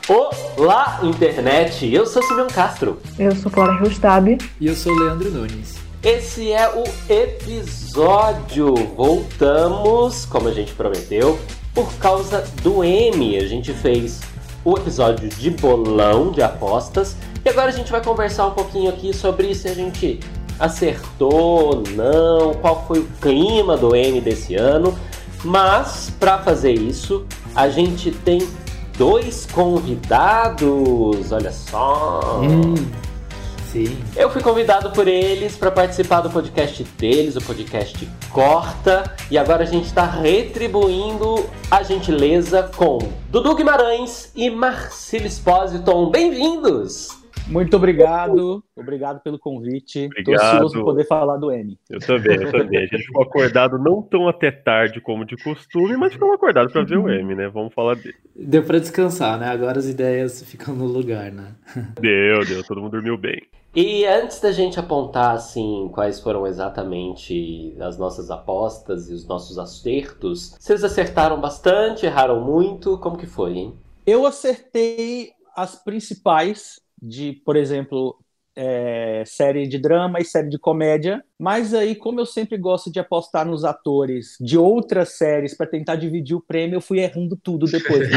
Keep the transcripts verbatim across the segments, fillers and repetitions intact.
Olá, internet! Eu sou Simeon Castro. Eu sou Clara Rustab. E eu sou Leandro Nunes. Esse é o episódio. Voltamos, como a gente prometeu, por causa do Emmy. A gente fez o episódio de bolão de apostas e agora a gente vai conversar um pouquinho aqui sobre se a gente acertou, não, qual foi o clima do Emmy desse ano. Mas, para fazer isso, a gente tem dois convidados, olha só. Hum, sim. Eu fui convidado por eles para participar do podcast deles, o podcast Corta. E agora a gente está retribuindo a gentileza com Dudu Guimarães e Marcílio Espósito. Bem-vindos! Muito obrigado, obrigado pelo convite. Estou ansioso por poder falar do Emmy. Eu também, eu também. A gente ficou acordado não tão até tarde como de costume, mas ficamos acordados para ver o Emmy, né? Vamos falar dele. Deu para descansar, né? Agora as ideias ficam no lugar, né? Deu, deu. Todo mundo dormiu bem. E antes da gente apontar, assim, quais foram exatamente as nossas apostas e os nossos acertos, vocês acertaram bastante, erraram muito? Como que foi, hein? Eu acertei as principais de, por exemplo, é, série de drama e série de comédia, mas aí, como eu sempre gosto de apostar nos atores de outras séries para tentar dividir o prêmio, eu fui errando tudo depois.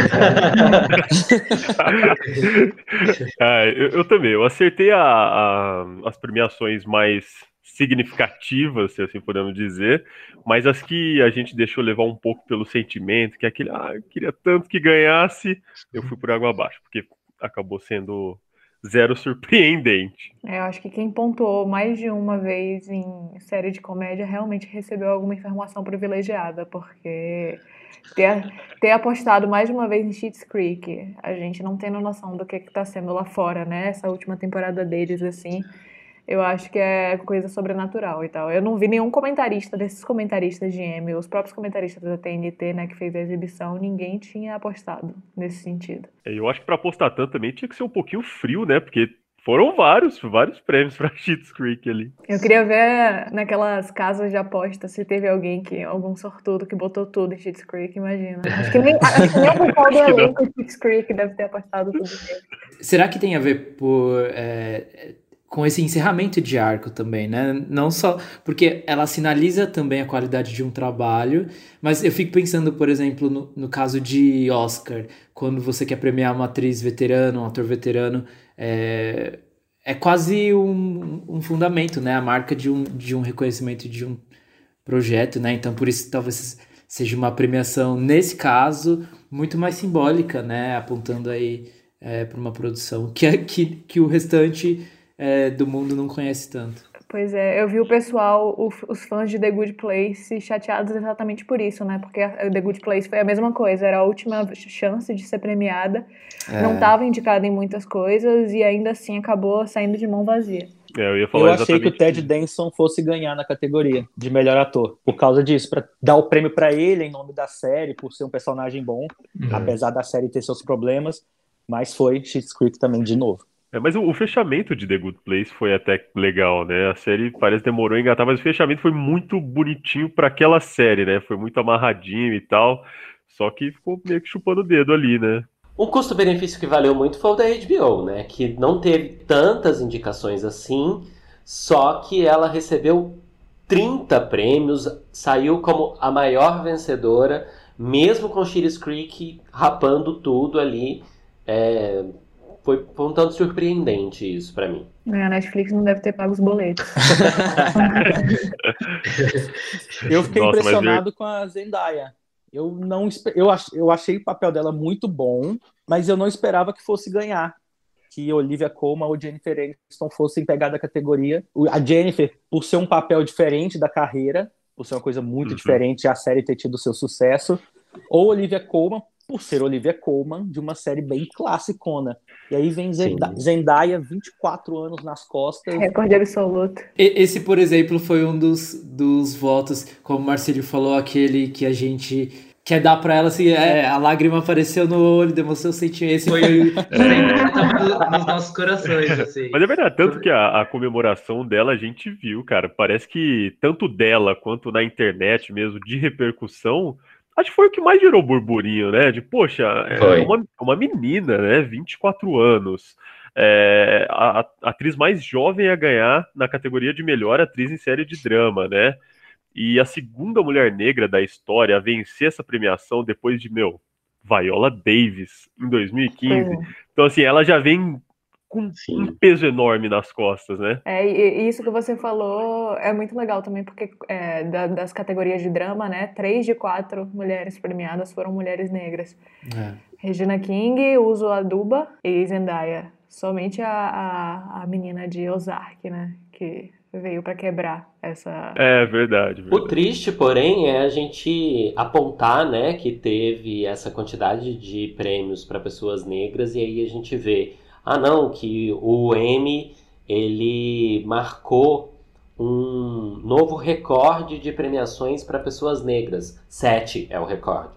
ah, eu, eu também, eu acertei a, a, as premiações mais significativas, se assim podemos dizer, mas as que a gente deixou levar um pouco pelo sentimento, que é aquele, ah, eu queria tanto que ganhasse, eu fui por água abaixo, porque acabou sendo zero surpreendente. É, eu acho que quem pontuou mais de uma vez em série de comédia realmente recebeu alguma informação privilegiada, porque ter, ter apostado mais de uma vez em Schitt's Creek, a gente não tendo noção do que está sendo lá fora, né? Essa última temporada deles, assim, eu acho que é coisa sobrenatural e tal. Eu não vi nenhum comentarista desses comentaristas de Emmy, os próprios comentaristas da T N T, né, que fez a exibição, ninguém tinha apostado nesse sentido. Eu acho que para apostar tanto também tinha que ser um pouquinho frio, né? Porque foram vários, vários prêmios para Schitt's Creek ali. Eu queria ver naquelas casas de aposta se teve alguém que, algum sortudo que botou tudo em Schitt's Creek, imagina. Acho que nem, acho que nem o pessoal do elenco de Schitt's Creek deve ter apostado tudo mesmo. Será que tem a ver por... É... com esse encerramento de arco também, né? Não só porque ela sinaliza também a qualidade de um trabalho, mas eu fico pensando, por exemplo, no, no caso de Oscar, quando você quer premiar uma atriz veterana, um ator veterano, é, é quase um, um fundamento, né? A marca de um, de um reconhecimento de um projeto, né? Então, por isso, talvez seja uma premiação, nesse caso, muito mais simbólica, né? Apontando aí é, para uma produção que, que, que o restante... É, do mundo não conhece tanto. Pois é, eu vi o pessoal, o, os fãs de The Good Place chateados exatamente por isso, né? Porque a, The Good Place foi a mesma coisa, era a última chance de ser premiada, é. Não estava indicada em muitas coisas e ainda assim acabou saindo de mão vazia. É, eu ia falar eu achei que o Ted Danson fosse ganhar na categoria de melhor ator, por causa disso, para dar o prêmio para ele em nome da série, por ser um personagem bom, uhum. Apesar da série ter seus problemas, mas foi Schitt's Creek também de novo. É, mas o, o fechamento de The Good Place foi até legal, né? A série parece que demorou a engatar, mas o fechamento foi muito bonitinho para aquela série, né? Foi muito amarradinho e tal, só que ficou meio que chupando o dedo ali, né? Um custo-benefício que valeu muito foi o da H B O, né? Que não teve tantas indicações assim, só que ela recebeu trinta prêmios, saiu como a maior vencedora, mesmo com Schitt's Creek rapando tudo ali. É... Foi um tanto surpreendente isso pra mim. A Netflix não deve ter pago os boletos. Eu fiquei Nossa, impressionado eu... com a Zendaya. Eu, não, eu, ach, eu achei o papel dela muito bom, mas eu não esperava que fosse ganhar. Que Olivia Colman ou Jennifer Aniston fossem pegar da categoria. A Jennifer, por ser um papel diferente da carreira, por ser uma coisa muito uhum. diferente, a série ter tido seu sucesso, ou Olivia Colman, por ser Olivia Colman, de uma série bem classicona. E aí vem Zendaya, Zendaya, vinte e quatro anos nas costas. Recorde absoluto. Esse, por exemplo, foi um dos, dos votos, como o Marcílio falou, aquele que a gente quer dar pra ela, assim, é, a lágrima apareceu no olho, demonstrou o sentimento. Esse foi é... nos nossos corações, assim. Mas é verdade, tanto que a, a comemoração dela a gente viu, cara. Parece que tanto dela quanto na internet mesmo, de repercussão, acho que foi o que mais gerou burburinho, né? De, poxa, é Foi. uma, uma menina, né? vinte e quatro anos. É, a, a atriz mais jovem a ganhar na categoria de melhor atriz em série de drama, né? E a segunda mulher negra da história a vencer essa premiação depois de, meu, Viola Davis, em dois mil e quinze. Pois é. Então, assim, ela já vem com Sim. um peso enorme nas costas, né? É, e e isso que você falou é muito legal também, porque é, da- das categorias de drama, né, três de quatro mulheres premiadas foram mulheres negras. É. Regina King, Uzo Aduba e Zendaya. Somente a, a, a menina de Ozark, né, que veio pra quebrar essa... É verdade. O verdade. triste, porém, é a gente apontar, né, que teve essa quantidade de prêmios para pessoas negras e aí a gente vê, ah não, que o Emmy, ele marcou um novo recorde de premiações para pessoas negras. Sete é o recorde.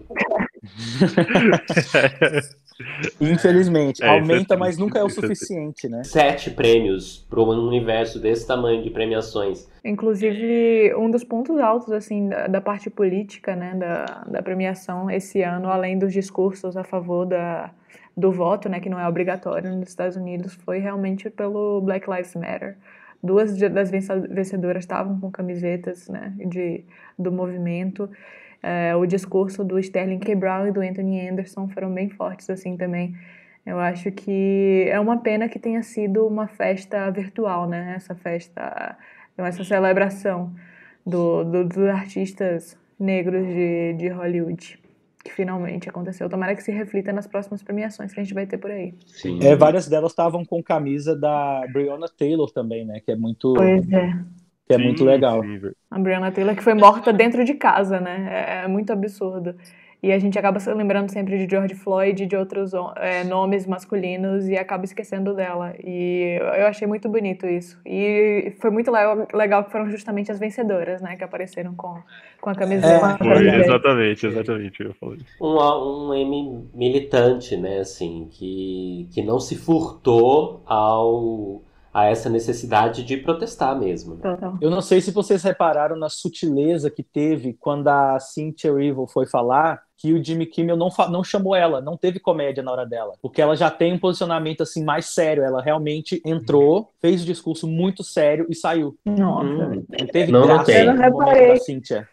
Infelizmente, É, isso é aumenta, triste, mas nunca é o isso é triste. suficiente, né? Sete prêmios para um universo desse tamanho de premiações. Inclusive, um dos pontos altos, assim, da, da parte política, né, da, da premiação esse ano, além dos discursos a favor da, do voto, né, que não é obrigatório nos Estados Unidos, foi realmente pelo Black Lives Matter. Duas de- das vença- vencedoras estavam com camisetas, né, de, do movimento. É, o discurso do Sterling K. Brown e do Anthony Anderson foram bem fortes, assim, também. Eu acho que é uma pena que tenha sido uma festa virtual, né, essa festa... Então, essa celebração do, do- dos artistas negros de, de Hollywood, que finalmente aconteceu. Tomara que se reflita nas próximas premiações que a gente vai ter por aí. Sim. É, várias delas estavam com camisa da Breonna Taylor também, né? Que é muito, Pois é. que é Sim, muito legal. sim, ver- A Breonna Taylor que foi morta dentro de casa, né? É, é muito absurdo. E a gente acaba se lembrando sempre de George Floyd e de outros é, nomes masculinos e acaba esquecendo dela. E eu achei muito bonito isso. E foi muito le- legal que foram justamente as vencedoras, né? Que apareceram com, com a camiseta. É, Foi, verdade. exatamente, exatamente. Eu falei. Um, um M militante, né, assim, que, que não se furtou ao, a essa necessidade de protestar mesmo. Total. Eu não sei se vocês repararam na sutileza que teve quando a Cynthia Erivo foi falar que o Jimmy Kimmel não, fa- não chamou ela, não teve comédia na hora dela, porque ela já tem um posicionamento assim mais sério, ela realmente entrou, fez o discurso muito sério e saiu. Nossa. Hum, Não teve Não graça notei. Eu não no momento reparei. da Cynthia.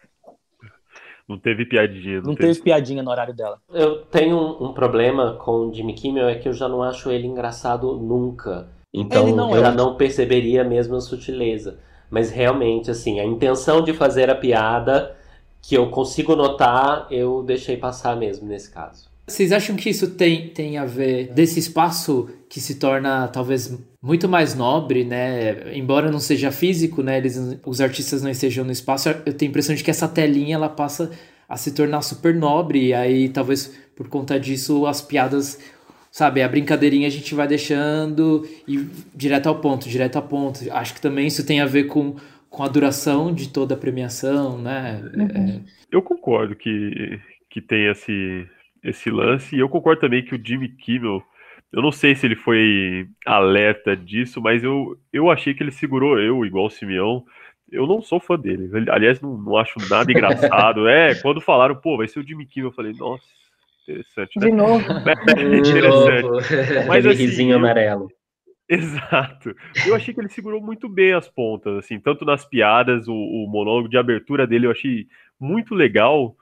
Não teve piadinha. Não, Não teve. teve piadinha no horário dela. eu tenho um, um problema com o Jimmy Kimmel, é que eu já não acho ele engraçado nunca. Então Ele não eu é. já não perceberia a mesma sutileza. Mas realmente, assim, a intenção de fazer a piada que eu consigo notar, eu deixei passar mesmo nesse caso. Vocês acham que isso tem, tem a ver desse espaço que se torna talvez muito mais nobre, né? Embora não seja físico, né? Eles, os artistas não estejam no espaço, eu tenho a impressão de que essa telinha ela passa a se tornar super nobre e aí talvez por conta disso as piadas, sabe, a brincadeirinha a gente vai deixando e direto ao ponto, direto ao ponto. Acho que também isso tem a ver com, com a duração de toda a premiação, né? É, Eu concordo que, que tem esse, esse lance, e eu concordo também que o Jimmy Kimmel, eu não sei se ele foi alerta disso, mas eu, eu achei que ele segurou eu, igual o Simeão. Eu não sou fã dele. Aliás, não, não acho nada engraçado. É, quando falaram, pô, vai ser o Jimmy Kimmel, eu falei, nossa, interessante, né? De novo. É, De interessante. novo. Mas Aquele assim, risinho eu- amarelo. Exato. Eu achei que ele segurou muito bem as pontas, assim, tanto nas piadas, o, o monólogo de abertura dele eu achei muito legal,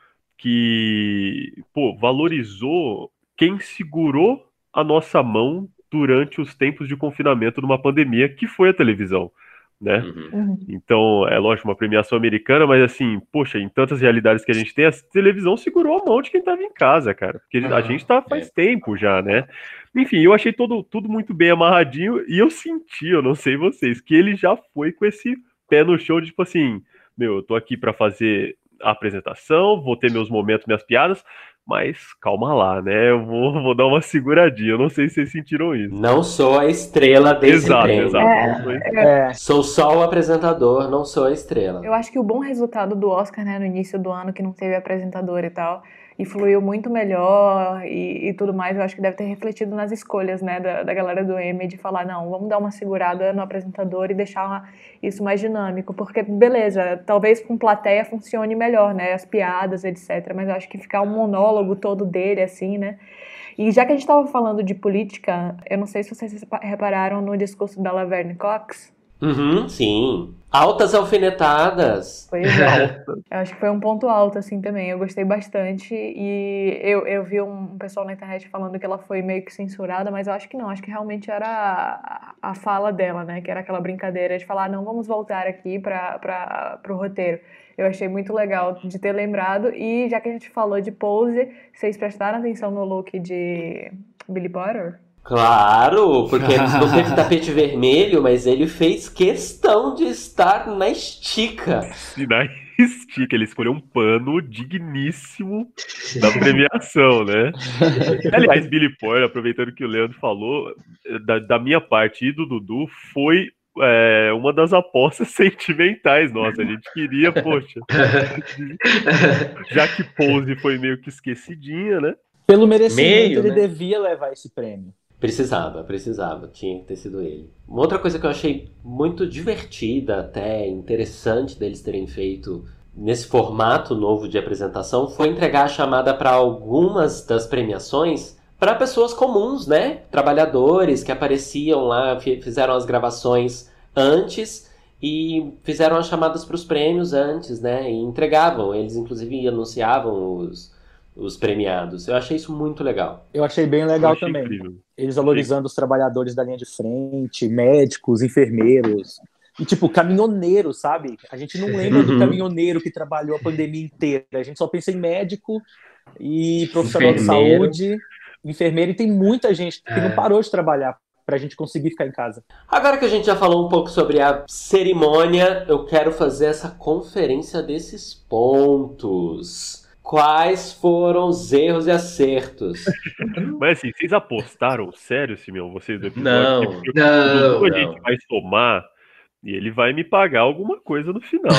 que, pô, valorizou quem segurou a nossa mão durante os tempos de confinamento numa pandemia, que foi a televisão, né? Uhum. Uhum. Então, é lógico, uma premiação americana, mas assim, poxa, em tantas realidades que a gente tem, a televisão segurou a mão de quem tava em casa, cara. Porque a Aham, gente tá faz tempo já, né? Enfim, eu achei todo, tudo muito bem amarradinho e eu senti, eu não sei vocês, que ele já foi com esse pé no chão de tipo assim, meu, eu tô aqui pra fazer a apresentação, vou ter meus momentos, minhas piadas, mas calma lá, né? Eu vou, vou dar uma seguradinha. Eu não sei se vocês sentiram isso. Não sou a estrela desse Exato, prêmio. exato. É. Não foi- É, Sou só o apresentador, não sou a estrela. Eu acho que o bom resultado do Oscar, né, no início do ano, que não teve apresentador e tal, e fluiu muito melhor e, e tudo mais. Eu acho que deve ter refletido nas escolhas, né, da, da galera do Emmy, de falar, não, vamos dar uma segurada no apresentador e deixar uma, isso mais dinâmico, porque, beleza, talvez com plateia funcione melhor, né, as piadas, etcétera, mas eu acho que ficar um monólogo todo dele, assim, né. E já que a gente estava falando de política, eu não sei se vocês repararam no discurso da Laverne Cox. Uhum, sim. Altas alfinetadas. Pois é. Eu acho que foi um ponto alto, assim, também. Eu gostei bastante. E eu, eu vi um pessoal na internet falando que ela foi meio que censurada, mas eu acho que não. Acho que realmente era a, a fala dela, né? Que era aquela brincadeira de falar, não, vamos voltar aqui para o roteiro. Eu achei muito legal de ter lembrado. E já que a gente falou de pose, vocês prestaram atenção no look de Billy Potter? Claro, porque não teve tapete vermelho, mas ele fez questão de estar na estica. E na estica, ele escolheu um pano digníssimo da premiação, né? Aliás, Billy Potter, aproveitando que o Leandro falou, da, da minha parte e do Dudu, foi é, uma das apostas sentimentais nossa. A gente queria, poxa, já que Pose foi meio que esquecidinha, né? Pelo merecimento, Meio, ele né? devia levar esse prêmio. Precisava, precisava, tinha que ter sido ele. Uma outra coisa que eu achei muito divertida, até interessante deles terem feito nesse formato novo de apresentação, foi entregar a chamada para algumas das premiações para pessoas comuns, né? Trabalhadores que apareciam lá, fizeram as gravações antes e fizeram as chamadas para os prêmios antes, né? E entregavam, eles inclusive anunciavam os... os premiados. Eu achei isso muito legal. Eu achei bem legal achei também. Incrível. Eles valorizando os trabalhadores da linha de frente, médicos, enfermeiros, e tipo, caminhoneiro, sabe? A gente não lembra do caminhoneiro que trabalhou a pandemia inteira. A gente só pensa em médico e profissional enfermeiro. de saúde, enfermeiro, e tem muita gente que é. não parou de trabalhar pra gente conseguir ficar em casa. Agora que a gente já falou um pouco sobre a cerimônia, eu quero fazer essa conferência desses pontos. Quais foram os erros e acertos? Mas assim, vocês apostaram sério, Simeão? Vocês do episódio? Não, Porque não, a não. gente vai somar e ele vai me pagar alguma coisa no final.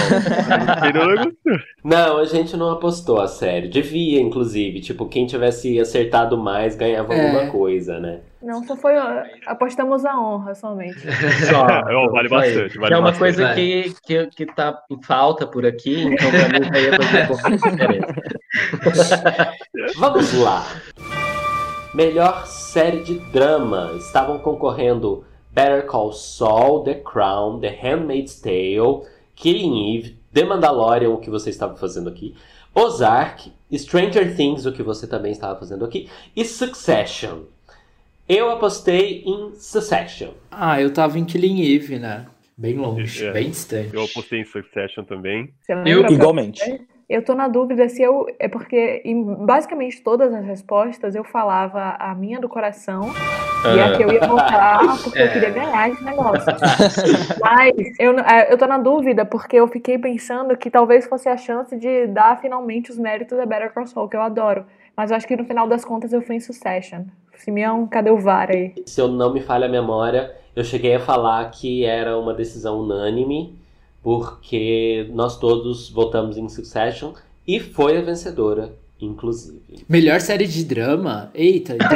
Não, a gente não apostou a sério. Devia, inclusive. Tipo, quem tivesse acertado mais ganhava é. alguma coisa, né? Não, só foi... Apostamos a honra, somente. Só, é, vale bastante. Vale que é uma bastante. coisa que, que, que tá em falta por aqui, então pra mim vai fazer um pouco de diferença. Vamos lá. Melhor série de drama. Estavam concorrendo Better Call Saul, The Crown, The Handmaid's Tale, Killing Eve, The Mandalorian, o que você estava fazendo aqui, Ozark, Stranger Things, o que você também estava fazendo aqui, e Succession. Eu apostei em Succession. Ah, eu tava em Killing Eve, né? Bem longe, é, bem distante. Eu apostei em Succession também. Eu, igualmente. Eu tô na dúvida se eu... É porque em basicamente todas as respostas eu falava a minha do coração e a que eu ia votar porque é. eu queria ganhar esse negócio. Mas eu, eu tô na dúvida porque eu fiquei pensando que talvez fosse a chance de dar finalmente os méritos da Better Call Saul, que eu adoro. Mas eu acho que no final das contas eu fui em Succession. Simeão, cadê o V A R aí? Se eu não me falha a memória, eu cheguei a falar que era uma decisão unânime, porque nós todos votamos em Succession e foi a vencedora, inclusive. Melhor série de drama? Eita, então...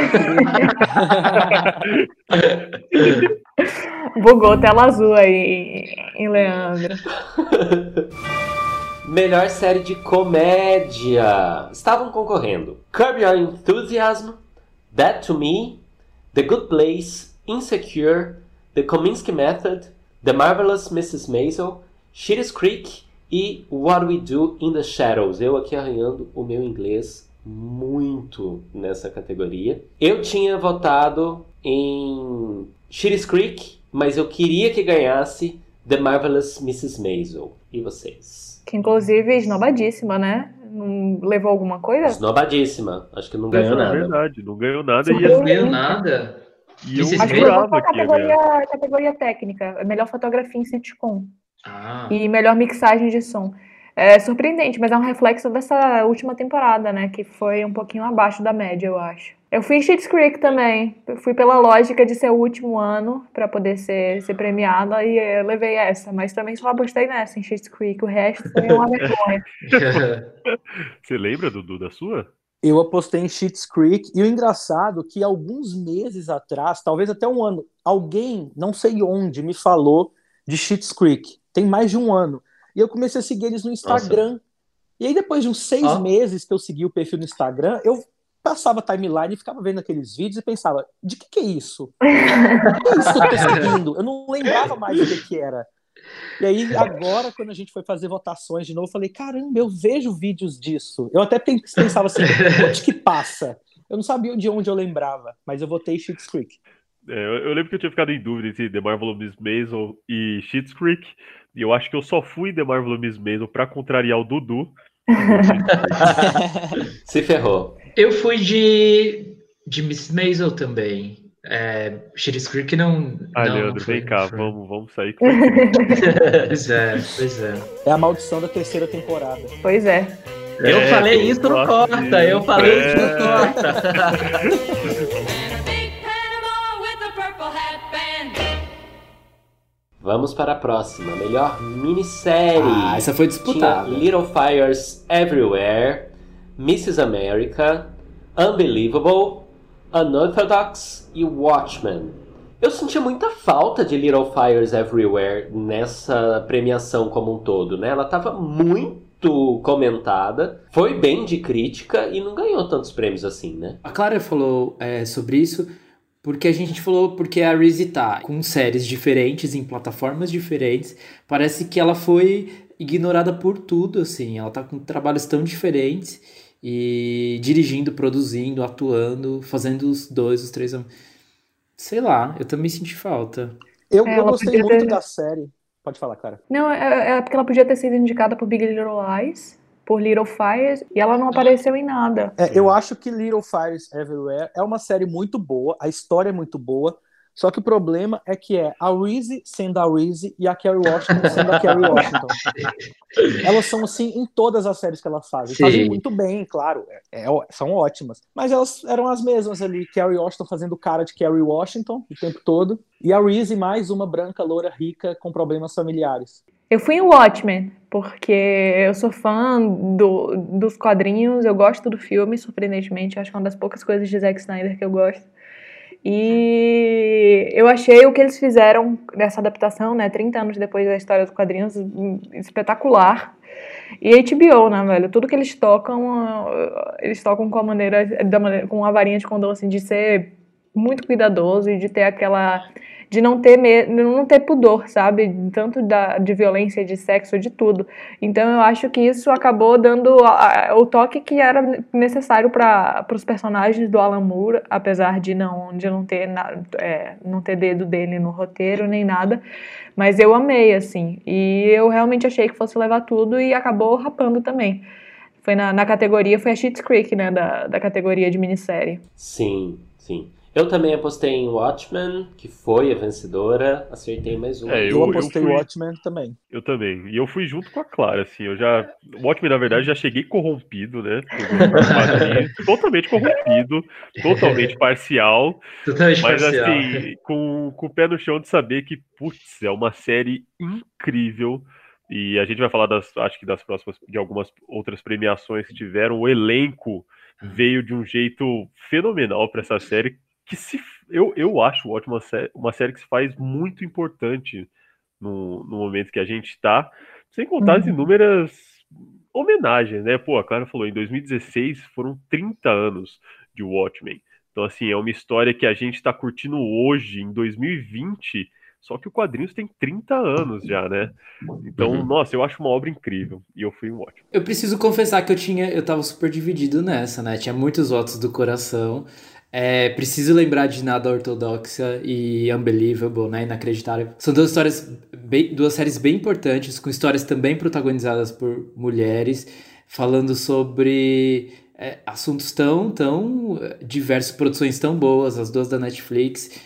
Bugou tela azul aí em Leandro. Melhor série de comédia. Estavam concorrendo Curb Your Enthusiasm, Dead to Me, The Good Place, Insecure, The Kominsky Method, The Marvelous missus Maisel, Schitt's Creek e What We Do in the Shadows. Eu aqui arranhando o meu inglês muito nessa categoria. Eu tinha votado em Schitt's Creek, mas eu queria que ganhasse The Marvelous missus Maisel. E vocês? Que inclusive esnobadíssima, né? Não levou alguma coisa? Esnobadíssima. Acho que não ganhou Essa nada. É verdade, não ganhou nada. Não E ganhou nada. E eu Acho que jurava levou a que ia categoria, categoria técnica. Melhor fotografia em sitcom. Ah. E melhor mixagem de som. É surpreendente, mas é um reflexo dessa última temporada, né? Que foi um pouquinho abaixo da média, eu acho. Eu fui em Schitt's Creek também. Eu fui pela lógica de ser o último ano pra poder ser, ser premiada e eu levei essa. Mas também só apostei nessa, em Schitt's Creek. O resto foi uma vergonha. Você lembra, Dudu, da sua? Eu apostei em Schitt's Creek, e o engraçado é que alguns meses atrás, talvez até um ano, alguém, não sei onde, me falou de Schitt's Creek. Tem mais de um ano. E eu comecei a seguir eles no Instagram. Nossa. E aí, depois de uns seis oh. meses que eu segui o perfil no Instagram, eu passava a timeline e ficava vendo aqueles vídeos e pensava, de que que é isso? O que é isso que eu tô seguindo? Eu não lembrava mais o que que era. E aí, agora, quando a gente foi fazer votações de novo, eu falei, caramba, eu vejo vídeos disso. Eu até pensava assim, onde que passa? Eu não sabia de onde eu lembrava, mas eu votei Schitt's Creek. É, eu, eu lembro que eu tinha ficado em dúvida entre The Marvelous Miss Maisel e Schitt's Creek, e eu acho que eu só fui The Marvelous Miss Maisel pra contrariar o Dudu. Se ferrou. Eu fui de, de Miss Maisel também. É, Schitt's Creek não. Ah, não, Leandro, não foi, vem cá, foi. vamos, vamos sair. Pois é, pois é. É a maldição da terceira temporada. Pois é. Eu É, falei isso, não corta. Eu falei É. isso, não corta. Vamos para a próxima. Melhor minissérie. Ah, essa foi disputada. Tinha Little Fires Everywhere, missus America, Unbelievable, Unorthodox e Watchmen. Eu sentia muita falta de Little Fires Everywhere nessa premiação como um todo, né? Ela estava muito comentada, foi bem de crítica e não ganhou tantos prêmios assim, né? A Clara falou é, sobre isso porque a gente falou porque a Reese tá com séries diferentes em plataformas diferentes. Parece que ela foi ignorada por tudo, assim. Ela tá com trabalhos tão diferentes e dirigindo, produzindo, atuando, fazendo os dois, os três. Sei lá, eu também senti falta. Eu, É, eu gostei ter... muito da série. Pode falar, cara. Não, é, é porque ela podia ter sido indicada por Big Little Lies, por Little Fires, e ela não apareceu em nada. É, eu acho que Little Fires Everywhere é uma série muito boa, a história é muito boa, só que o problema é que é a Reese sendo a Reese e a Kerry Washington sendo a Kerry Washington. Elas são assim em todas as séries que elas fazem. Sim. Fazem muito bem, claro, é, é, são ótimas. Mas elas eram as mesmas ali, Kerry Washington fazendo cara de Kerry Washington o tempo todo, e a Reese mais uma branca, loura, rica, com problemas familiares. Eu fui em Watchmen, porque eu sou fã do, dos quadrinhos, eu gosto do filme, surpreendentemente, acho que é uma das poucas coisas de Zack Snyder que eu gosto. E eu achei o que eles fizeram nessa adaptação, né, trinta anos depois da história dos quadrinhos, espetacular. E H B O, né, velho, tudo que eles tocam, eles tocam com a maneira, da maneira com a varinha de condão, assim, de ser muito cuidadoso e de ter aquela... de não ter, me... não ter pudor, sabe? Tanto da... de violência, de sexo, de tudo. Então eu acho que isso acabou dando a... o toque que era necessário para os personagens do Alan Moore, apesar de não, de não ter, na... é, não ter dedo dele no roteiro nem nada. Mas eu amei, assim. E eu realmente achei que fosse levar tudo e acabou rapando também. Foi na, na categoria, foi a Schitt's Creek, né? Da, da categoria de minissérie. Sim, sim. Eu também apostei em Watchmen, que foi a vencedora. Acertei mais uma. É, eu, eu apostei em Watchmen também. Eu também. E eu fui junto com a Clara, assim. Eu já... O Watchmen, na verdade, já cheguei corrompido, né? Totalmente corrompido. Totalmente parcial. Totalmente mas, parcial. assim, com, com o pé no chão de saber que, putz, é uma série incrível. E a gente vai falar, das, acho que das próximas, de algumas outras premiações que tiveram. O elenco veio de um jeito fenomenal para essa série. Que se, eu, eu acho ótimo uma série, uma série que se faz muito importante no, no momento que a gente está, sem contar uhum. as inúmeras homenagens, né? Pô, a Clara falou, em dois mil e dezesseis foram trinta anos de Watchmen. Então, assim, é uma história que a gente está curtindo hoje, em dois mil e vinte, só que o Quadrinhos tem trinta anos já, né? Então, uhum. nossa, eu acho uma obra incrível. E eu fui um ótimo. Eu preciso confessar que eu tinha, eu tava super dividido nessa, né? Tinha muitos votos do coração. É, preciso lembrar de Nada Ortodoxa e Unbelievable, né? Inacreditável. São duas histórias, bem, duas séries bem importantes, com histórias também protagonizadas por mulheres, falando sobre é, assuntos tão, tão diversos, produções tão boas, as duas da Netflix.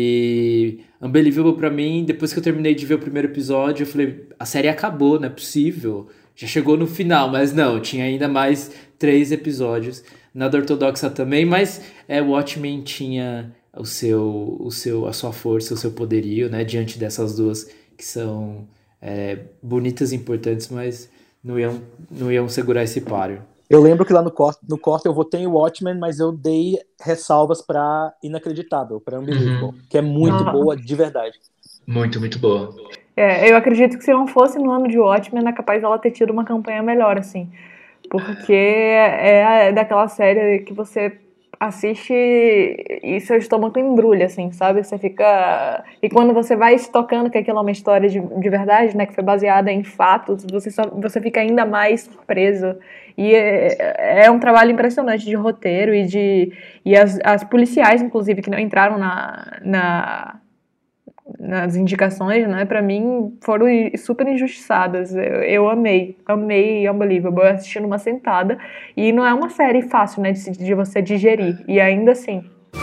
E Unbelievable, pra mim, depois que eu terminei de ver o primeiro episódio, eu falei, a série acabou, não é possível. Já chegou no final, mas não, tinha ainda mais três episódios. Nada Ortodoxa também, mas é, Watchmen tinha o seu, o seu, a sua força, o seu poderio, né, diante dessas duas que são é, bonitas e importantes, mas não iam, não iam segurar esse páreo. Eu lembro que lá no corte, no corte eu votei em Watchmen, mas eu dei ressalvas pra Inacreditável, pra Unbelievable, Uhum. que é muito Ah. boa de verdade. Muito, muito boa. É, eu acredito que se não fosse no ano de Watchmen, é capaz dela ter tido uma campanha melhor, assim. Porque é daquela série que você assiste e seu estômago embrulha, assim, sabe? Você fica... E quando você vai se tocando que aquilo é uma história de, de verdade, né? Que foi baseada em fatos, você, só, você fica ainda mais surpreso. E é, é um trabalho impressionante de roteiro e de... E as, as policiais, inclusive, que não entraram na... na nas indicações, né, pra mim foram super injustiçadas. Eu, eu amei, amei Unbelievable, eu assisti numa sentada, e não é uma série fácil, né, de, de você digerir, e ainda assim.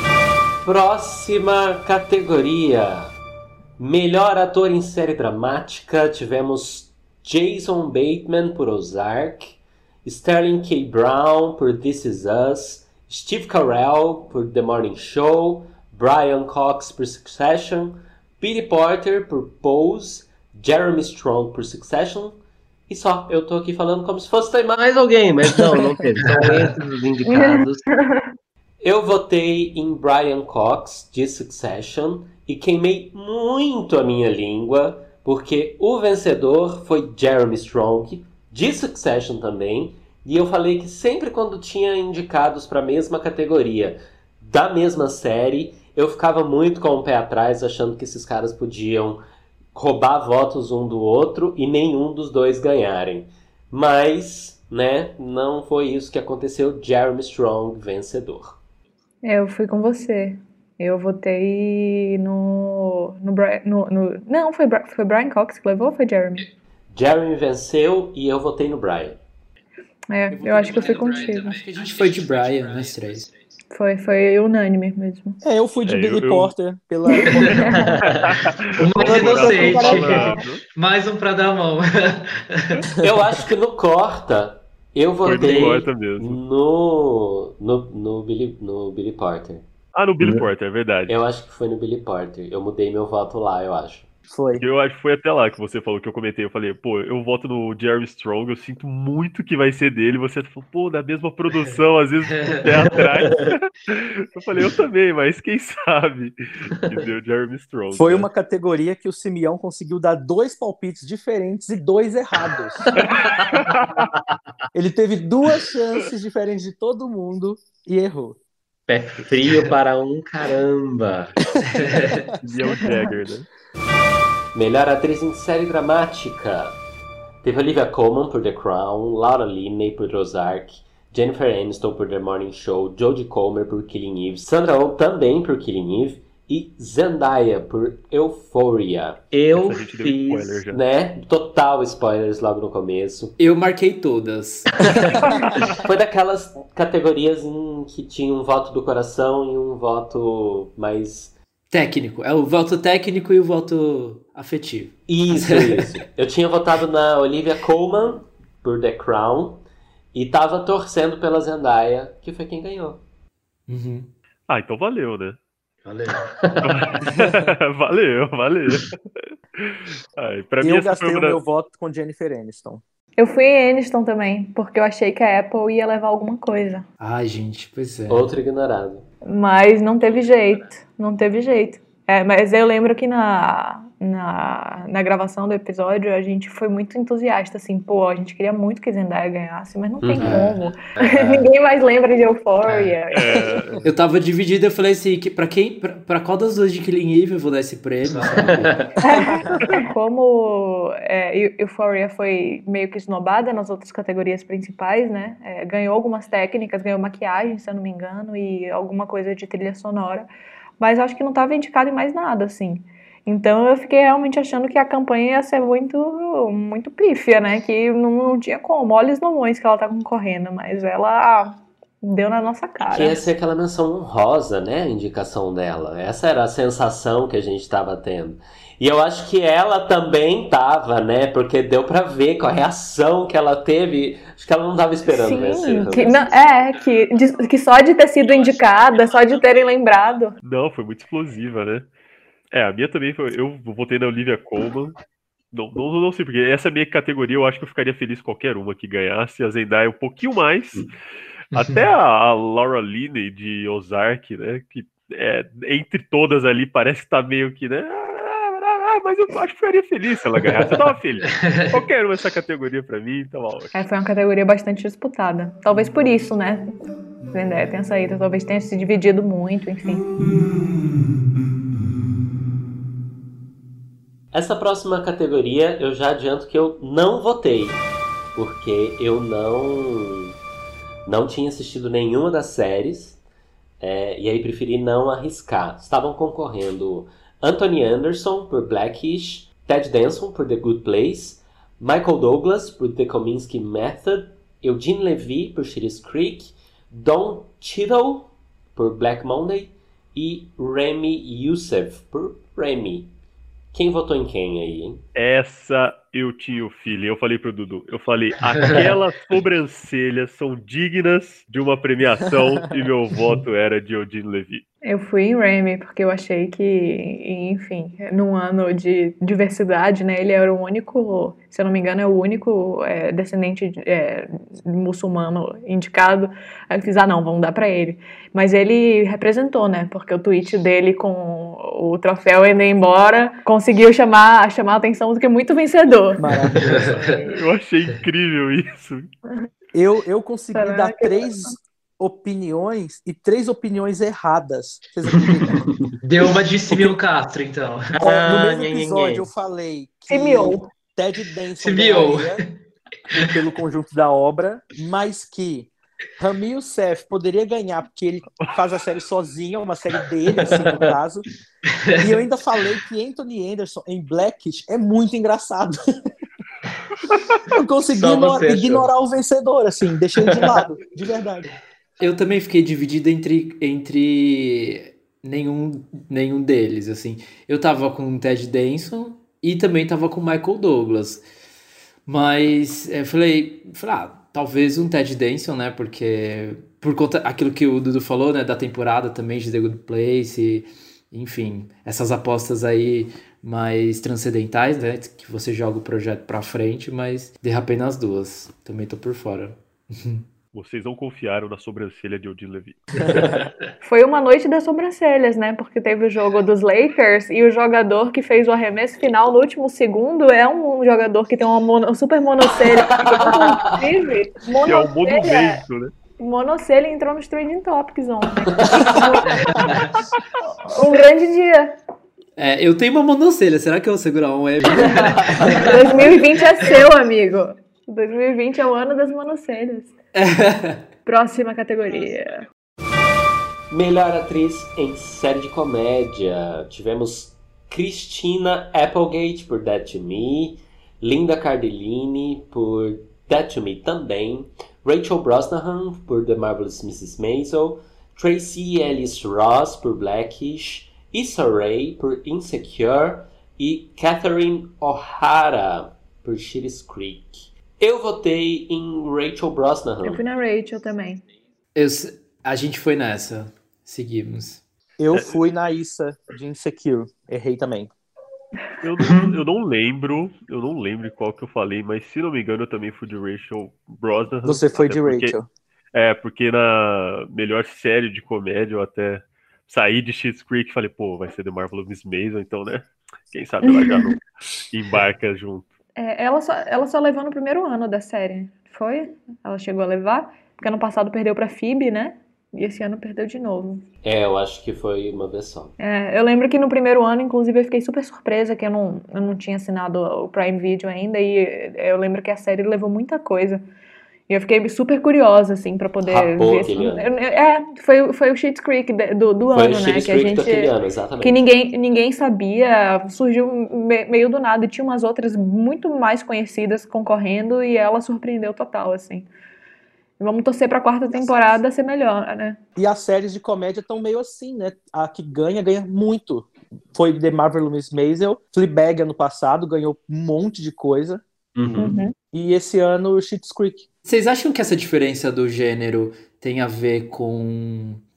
Próxima categoria. Melhor ator em série dramática, tivemos Jason Bateman por Ozark, Sterling K. Brown por This Is Us, Steve Carell por The Morning Show, Brian Cox por Succession, Billy Porter por Pose, Jeremy Strong por Succession, e só. Eu tô aqui falando como se fosse ter mais alguém, mas não, não teve. São esses os indicados. Eu votei em Brian Cox de Succession e queimei muito a minha língua, porque o vencedor foi Jeremy Strong de Succession também, e eu falei que sempre quando tinha indicados para a mesma categoria da mesma série, eu ficava muito com o pé atrás, achando que esses caras podiam roubar votos um do outro e nenhum dos dois ganharem. Mas, né, não foi isso que aconteceu. Jeremy Strong, vencedor. Eu fui com você. Eu votei no... no, no, no não, foi, foi Brian Cox que levou ou foi Jeremy? Jeremy venceu e eu votei no Brian. É, eu, eu acho que eu fui contigo. Acho que a gente foi de Brian, nós três. Foi, foi unânime mesmo. É, eu fui de É, Billy eu- eu- Porter pela. O mais inocente. Mais um pra dar a mão. Eu acho que no Corta, eu Foi votei no Corta mesmo. no, no, no, Billy, no Billy Porter. Ah, no Billy Porter, é verdade. Eu acho que foi no Billy Porter. Eu mudei meu voto lá, eu acho. Foi. Eu acho que foi até lá que você falou, que eu comentei. Eu falei, pô, eu voto no Jeremy Strong, eu sinto muito que vai ser dele. Você falou, pô, da mesma produção, às vezes com pé atrás. Eu falei, eu também, mas quem sabe? Que deu Jeremy Strong. Foi né? uma categoria que o Simeão conseguiu dar dois palpites diferentes e dois errados. Ele teve duas chances diferentes de todo mundo e errou. Pé frio para um caramba. Neil Jagger, né? Melhor atriz em série dramática. Teve Olivia Colman por The Crown, Laura Linney por Ozark, Jennifer Aniston por The Morning Show, Jodie Comer por Killing Eve, Sandra Oh também por Killing Eve e Zendaya por Euphoria. Eu Essa a gente deu fiz. spoiler já. Né? Total spoilers logo no começo. Eu marquei todas. Foi daquelas categorias em que tinha um voto do coração e um voto mais... Técnico. É o voto técnico e o voto afetivo. Isso, isso. Eu tinha votado na Olivia Colman por The Crown e tava torcendo pela Zendaya, que foi quem ganhou. Uhum. Ah, então valeu, né? Valeu. valeu, valeu. Ai, pra mim, Eu essa gastei foi o uma meu das... voto com Jennifer Aniston. Eu fui em Aniston também, porque eu achei que a Apple ia levar alguma coisa. Ai, gente, pois é. Outro ignorado. Mas não teve jeito, não teve jeito. É, mas eu lembro que na, na, na gravação do episódio a gente foi muito entusiasta, assim, pô, a gente queria muito que Zendaya ganhasse, mas não tem Uhum. como. Ninguém mais lembra de Euphoria. É, Eu tava dividido, eu falei assim, que pra quem, pra, pra qual das duas de Killing Eve eu vou dar esse prêmio, sabe? Como é, Eu- Euphoria foi meio que esnobada nas outras categorias principais, né? É, ganhou algumas técnicas, ganhou maquiagem, se eu não me engano, e alguma coisa de trilha sonora, mas acho que não estava indicado em mais nada, assim. Então eu fiquei realmente achando que a campanha ia ser muito, muito pífia, né? Que não, não tinha como. Olha os nomões que ela tá concorrendo, mas ela deu na nossa cara. Que ia ser aquela menção honrosa, né? A indicação dela. Essa era a sensação que a gente tava tendo. E eu acho que ela também tava, né? Porque deu pra ver com a reação que ela teve. Acho que ela não tava esperando vencer. Sim, talvez. que, não, é, que, de- que só de ter sido indicada, só de terem lembrado. Não, foi muito explosiva, né? É, a minha também foi. Eu votei na Olivia Colman. Não, não, não sei, porque essa minha categoria eu acho que eu ficaria feliz qualquer uma que ganhasse. A Zendaya um pouquinho mais. Até a, a Laura Linney de Ozark, né? Que é, entre todas ali parece que tá meio que, né? Ah, mas eu acho que ficaria feliz se ela ganhasse. Eu tava feliz. Qualquer uma essa categoria pra mim, tava ótimo. É, foi uma categoria bastante disputada. Talvez por isso, né? Zendaya tenha saído, talvez tenha se dividido muito, enfim. Essa próxima categoria eu já adianto que eu não votei, porque eu não não tinha assistido nenhuma das séries, é, e aí preferi não arriscar. Estavam concorrendo Anthony Anderson por Blackish, Ted Danson por The Good Place, Michael Douglas por The Kominsky Method, Eugene Levy por Schitt's Creek, Don Cheadle por Black Monday e Remy Youssef por Remy. Quem votou em quem aí, hein? Essa eu tinha o feeling. Eu falei pro Dudu. Eu falei, aquelas sobrancelhas são dignas de uma premiação e meu voto era de Eugene Levy. Eu fui em Remy, porque eu achei que, enfim, num ano de diversidade, né, ele era o único, se eu não me engano, é o único é, descendente é, muçulmano indicado. Aí eu fiz, ah não, vamos dar pra ele. Mas ele representou, né, porque o tweet dele com o troféu indo embora conseguiu chamar, chamar a atenção do que muito vencedor. Maravilhoso. Eu achei incrível isso. Eu, eu consegui Caraca. dar três opiniões e três opiniões erradas. Vocês acreditam? Deu uma de Simeon Castro, então. Ó, Ah, no mesmo nhe, nhe, episódio nhe. eu falei que Simeon. Ted Danson Simeon. ganharia pelo conjunto da obra, mas que Ramy Youssef poderia ganhar porque ele faz a série sozinho, uma série dele, assim, no caso. E eu ainda falei que Anthony Anderson em Blackish é muito engraçado. Eu consegui Só ignorar, você achou. ignorar o vencedor, assim, deixei ele de lado, de verdade. Eu também fiquei dividido entre, entre nenhum, nenhum deles, assim. Eu tava com o Ted Danson e também tava com o Michael Douglas. Mas eu falei, falei ah, talvez um Ted Danson, né? Porque por conta aquilo que o Dudu falou, né? Da temporada também de The Good Place, e, enfim, essas apostas aí mais transcendentais, né? Que você joga o projeto pra frente, mas derrapei nas duas. Também tô por fora. Vocês não confiaram na sobrancelha de Eugene Levy. Foi uma noite das sobrancelhas, né? Porque teve o jogo dos Lakers e o jogador que fez o arremesso final no último segundo é um jogador que tem uma mono, um super monocelha. Inclusive, Que é um monocelha, monumento, né? monocelha entrou nos Trending Topics ontem. Um grande dia. É, eu tenho uma monocelha, será que eu vou segurar um? É... dois mil e vinte é seu, amigo. dois mil e vinte é o ano das monocelhas. Próxima categoria. Melhor atriz em série de comédia. Tivemos Christina Applegate por Dead to Me, Linda Cardellini por Dead to Me também, Rachel Brosnahan por The Marvelous missus Maisel, Tracy Ellis Ross por Blackish, Issa Rae por Insecure e Catherine O'Hara por Schitt's Creek. Eu votei em Rachel Brosnahan. Eu fui na Rachel também. Eu, a gente foi nessa. Seguimos. Eu fui na Issa de Insecure. Errei também. Eu não, eu não lembro, eu não lembro qual que eu falei, mas se não me engano eu também fui de Rachel Brosnahan. Você foi de porque, Rachel. É, porque na melhor série de comédia eu até saí de Schitt's Creek e falei, pô, vai ser The Marvelous missus Maisel, então, né? Quem sabe ela já não embarca junto. É, ela, só, ela só levou no primeiro ano da série. Foi? Ela chegou a levar. Porque ano passado perdeu pra Phoebe, né? E esse ano perdeu de novo. É, eu acho que foi uma vez só. É, eu lembro que no primeiro ano, inclusive, eu fiquei super surpresa que eu não, eu não tinha assinado o Prime Video ainda. E eu lembro que a série levou muita coisa. E eu fiquei super curiosa, assim, pra poder Rapou ver. aquele ano. É, foi, foi o Schitt's Creek do, do Foi ano, o né? Schitt's Que a Creek gente... daquele ano, exatamente. Que ninguém, ninguém sabia, surgiu me- meio do nada. E tinha umas outras muito mais conhecidas concorrendo e ela surpreendeu total, assim. Vamos torcer pra quarta temporada ser melhor, né? E as séries de comédia estão meio assim, né? A que ganha, ganha muito. Foi The Marvelous missus Maisel, Fleabag ano passado, ganhou um monte de coisa. Uhum. Uhum. E esse ano, Schitt's Creek. Vocês acham que essa diferença do gênero tem a ver com...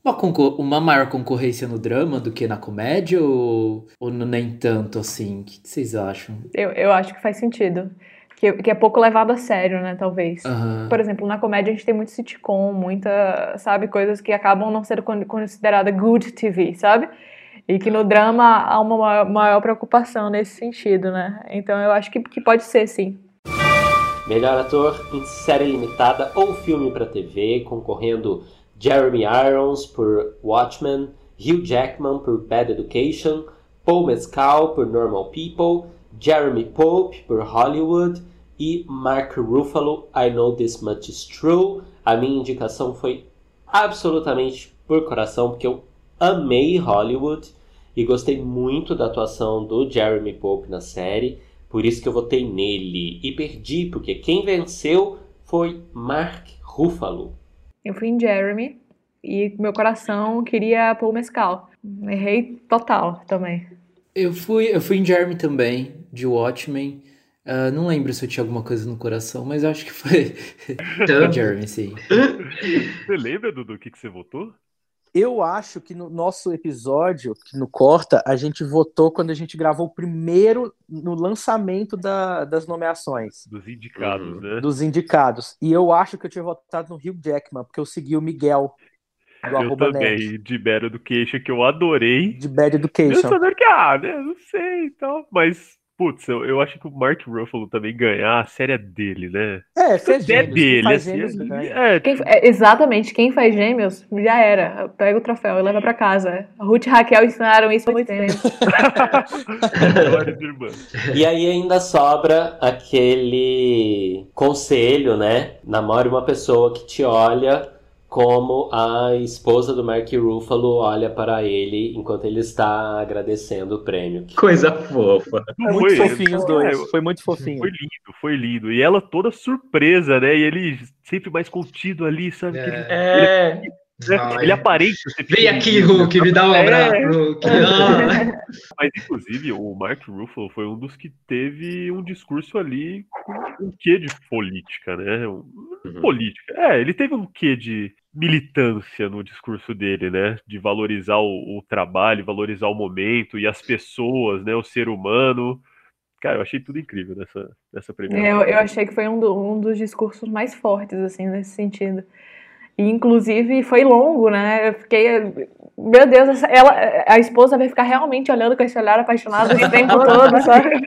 Uma, concor- uma maior concorrência no drama do que na comédia ou, ou nem tanto assim? O que que vocês acham? Eu, eu acho que faz sentido. Que, que é pouco levado a sério, né, talvez. Aham. Por exemplo, na comédia a gente tem muito sitcom, muita, sabe, coisas que acabam não sendo con- consideradas good T V, sabe? E que no drama há uma maior, maior preocupação nesse sentido, né? Então eu acho que, que pode ser, sim. Melhor ator em série limitada ou filme para T V, concorrendo Jeremy Irons por Watchmen, Hugh Jackman por Bad Education, Paul Mescal por Normal People, Jeremy Pope por Hollywood e Mark Ruffalo, I Know This Much Is True. A minha indicação foi absolutamente por coração, porque eu amei Hollywood e gostei muito da atuação do Jeremy Pope na série, por isso que eu votei nele. E perdi, porque quem venceu foi Mark Ruffalo. Eu fui em Jeremy e meu coração queria Paul Mescal. Errei total também. Eu fui, eu fui em Jeremy também, de Watchmen. Ah, não lembro se eu tinha alguma coisa no coração, mas eu acho que foi, foi Jeremy, sim. Você lembra, Dudu, o que, que você votou? Eu acho que no nosso episódio, que no Corta, a gente votou quando a gente gravou o primeiro no lançamento da- das nomeações, Dos indicados, Uhum. né? dos indicados. E eu acho que eu tinha votado no Hugh Jackman, porque eu segui o Miguel, do Eu arroba também, Nerd, de Bad Education, que eu adorei. de Bad Mesmo Education. sabendo que, ah, né, não sei e tal. Mas, putz, eu, eu acho que o Mark Ruffalo também ganhar, a série é dele, né? É, fez É gêmeos. Quem dele, faz assim, gêmeos é, ganha. é, Quem- tipo, é, exatamente, quem faz gêmeos já era. Pega o troféu e leva pra casa. A Ruth e Raquel ensinaram isso há muito tempo. melhores irmãs. E aí ainda sobra aquele conselho, né? Namore uma pessoa que te olha como a esposa do Mark Ruffalo olha para ele enquanto ele está agradecendo o prêmio. Coisa fofa. Não Muito foi, fofinho os é, dois. Foi muito fofinho. Foi lindo, foi lindo. E ela toda surpresa, né? E ele sempre mais contido ali, sabe? Que ele, É. né? Ai. Ele aparenta ser Vem aqui, pequenininho, Hulk, me dá um É. abraço, Hulk. Ah. Mas, inclusive, o Mark Ruffalo foi um dos que teve um discurso ali com um quê de política, né? Um- Uhum. Política. É, ele teve um quê de militância no discurso dele, né? De valorizar o, o trabalho, valorizar o momento e as pessoas, né? O ser humano. Cara, eu achei tudo incrível nessa, nessa premiação. Eu, eu achei que foi um, do- um dos discursos mais fortes, assim, nesse sentido. E, inclusive, foi longo, né? Eu fiquei... Meu Deus, essa- ela, a esposa vai ficar realmente olhando com esse olhar apaixonado o tempo todo, sabe?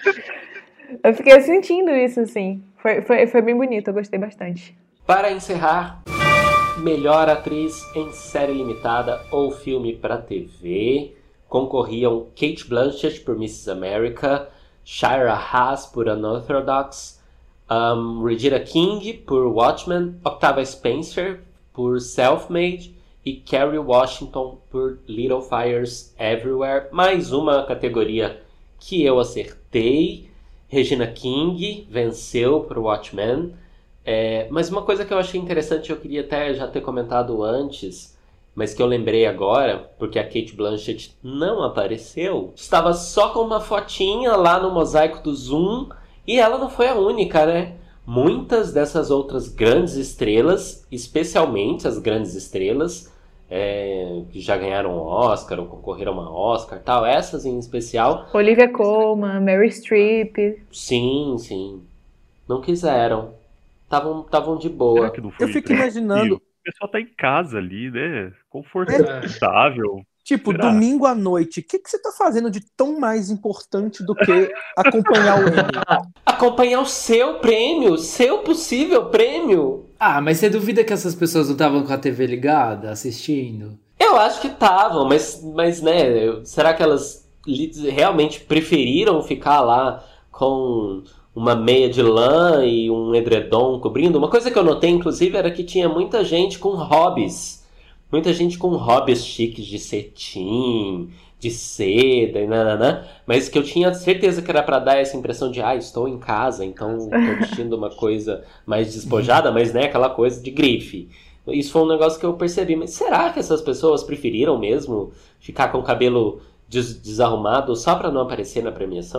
Eu fiquei sentindo isso, assim. Foi, foi, foi bem bonito, eu gostei bastante. Para encerrar, melhor atriz em série limitada ou filme para T V. Concorriam Cate Blanchett por Missus America, Shira Haas por Unorthodox, um, Regina King por Watchmen, Octavia Spencer por Self-Made e Kerry Washington por Little Fires Everywhere. Mais uma categoria que eu acertei. Regina King venceu por Watchmen. É, mas uma coisa que eu achei interessante, eu queria até já ter comentado antes, mas que eu lembrei agora, porque a Cate Blanchett não apareceu, estava só com uma fotinha lá no mosaico do Zoom, e ela não foi a única, né? Muitas dessas outras grandes estrelas, especialmente as grandes estrelas, é, que já ganharam Oscar ou concorreram a Oscar, tal, essas em especial, Olivia Colman, Meryl Streep. sim, sim, não quiseram. Estavam estavam de Será boa. que não foi Eu fico isso? imaginando, O pessoal tá em casa ali, né? Confortável. tipo, Será? domingo à noite, o que, que você tá fazendo de tão mais importante do que acompanhar o Emmy? Acompanhar o seu prêmio, seu possível prêmio. Ah, mas você duvida que essas pessoas não estavam com a T V ligada, assistindo? Eu acho que estavam, mas, mas né, eu- será que elas li- realmente preferiram ficar lá com uma meia de lã e um edredom cobrindo? Uma coisa que eu notei, inclusive, era que tinha muita gente com hobbies. Muita gente com hobbies chiques de cetim, de seda e nananã, mas que eu tinha certeza que era pra dar essa impressão de, ah, estou em casa, então estou vestindo uma coisa mais despojada, mas né, aquela coisa de grife. Isso foi um negócio que eu percebi, mas será que essas pessoas preferiram mesmo ficar com o cabelo des- desarrumado só pra não aparecer na premiação?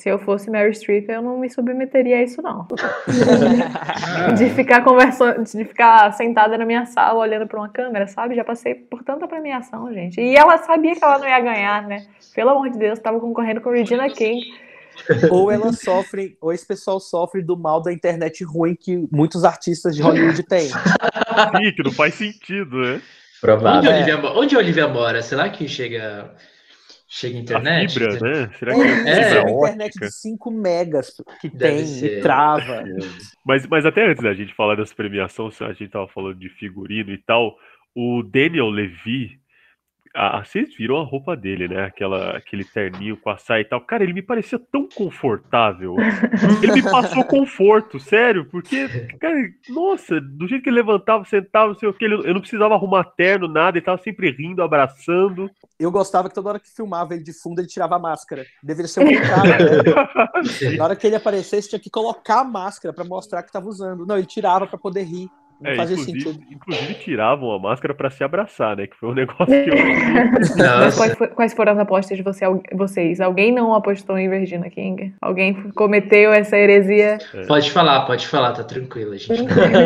Se eu fosse Meryl Streep, eu não me submeteria a isso, não. De ficar conversando, de ficar sentada na minha sala olhando pra uma câmera, sabe? Já passei por tanta premiação, gente. E ela sabia que ela não ia ganhar, né? Pelo amor de Deus, tava concorrendo com Regina King. Ou ela sofre, ou esse pessoal sofre do mal da internet ruim que muitos artistas de Hollywood têm. Sim, que não faz sentido, né? Provável. Onde, É. a Olivia, mo- onde a Olivia mora? Será que chega, chega internet? A fibra, né? Será É, que é, é fibra uma internet óptica? de cinco megas que Deve tem ser. e trava. Mas, mas até antes da gente falar dessa premiação, a gente tava falando de figurino e tal, o Daniel Levy, a, vocês viram a roupa dele, né? Aquela, aquele terninho com a saia e tal. Cara, ele me parecia tão confortável. Ele me passou conforto, sério, porque, cara, nossa, do jeito que ele levantava, sentava, não sei o que, ele- eu não precisava arrumar terno, nada, ele tava sempre rindo, abraçando. Eu gostava que toda hora que filmava ele de fundo, ele tirava a máscara. Deveria ser o contrário, né? Na hora que ele aparecesse, tinha que colocar a máscara pra mostrar que tava usando. Não, ele tirava pra poder rir. Não É, fazia inclusive, sentido. inclusive tiravam a máscara pra se abraçar, né? Que foi um negócio que eu achei. Mas Nossa. quais, fo- quais foram as apostas de você- vocês? Alguém não apostou em Regina King? Alguém cometeu essa heresia? Pode falar, pode falar, tá tranquila, gente.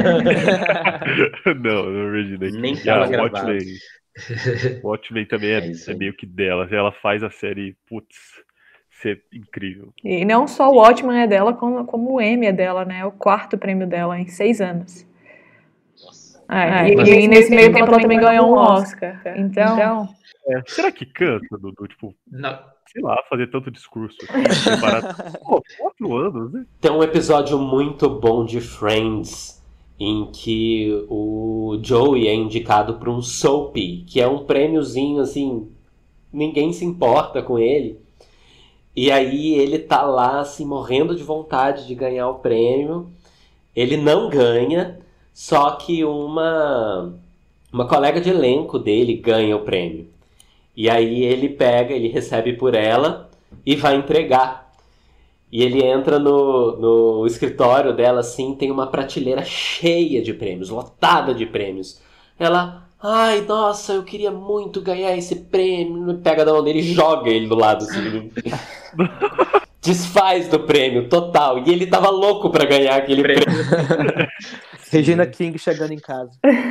Não, não, Regina. Nem King. tava Ah, gravado. Watchmen. Watchmen também é, É isso é aí. meio que dela. Ela faz a série, putz, ser incrível. E não só o Watchmen é dela, como, como o Emmy é dela, né? É o quarto prêmio dela em seis anos. É, e, Mas- e nesse meio tempo ela também ganhou um Oscar. Então, É, será que cansa, Dudu? Tipo, Não, sei lá, fazer tanto discurso. Assim, preparar... Pô, quatro anos, né? Tem um episódio muito bom de Friends em que o Joey é indicado para um Soapy, que é um prêmiozinho assim, ninguém se importa com ele. E aí ele tá lá assim morrendo de vontade de ganhar o prêmio. Ele não ganha, só que uma uma colega de elenco dele ganha o prêmio. E aí ele pega, ele recebe por ela e vai entregar. E ele entra no, no escritório dela, assim, tem uma prateleira cheia de prêmios, lotada de prêmios. Ela, ai, nossa, eu queria muito ganhar esse prêmio. Pega da mão dele e joga ele do lado, assim. Desfaz do prêmio, total. E ele tava louco pra ganhar aquele prêmio. Regina King chegando em casa.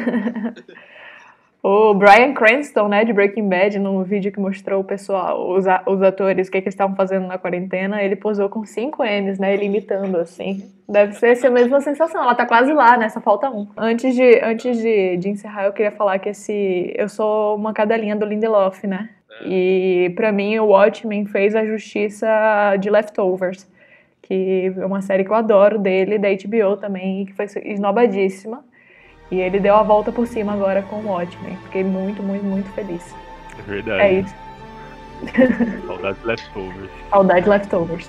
o Bryan Cranston, né, de Breaking Bad, no vídeo que mostrou o pessoal, os, a- os atores, o que, que eles estavam fazendo na quarentena, ele posou com cinco M's, né, ele imitando, assim. Deve ser essa mesma sensação, ela tá quase lá, né, só falta um. Antes de, antes de, de encerrar, eu queria falar que esse, eu sou uma cadelinha do Lindelof, né, e pra mim o Watchmen fez a justiça de Leftovers, que é uma série que eu adoro dele, da H B O também, e que foi esnobadíssima. E ele deu a volta por cima agora com o Watchmen. Fiquei muito, muito, muito feliz. É verdade. É isso. Saudades leftovers. Saudade Leftovers.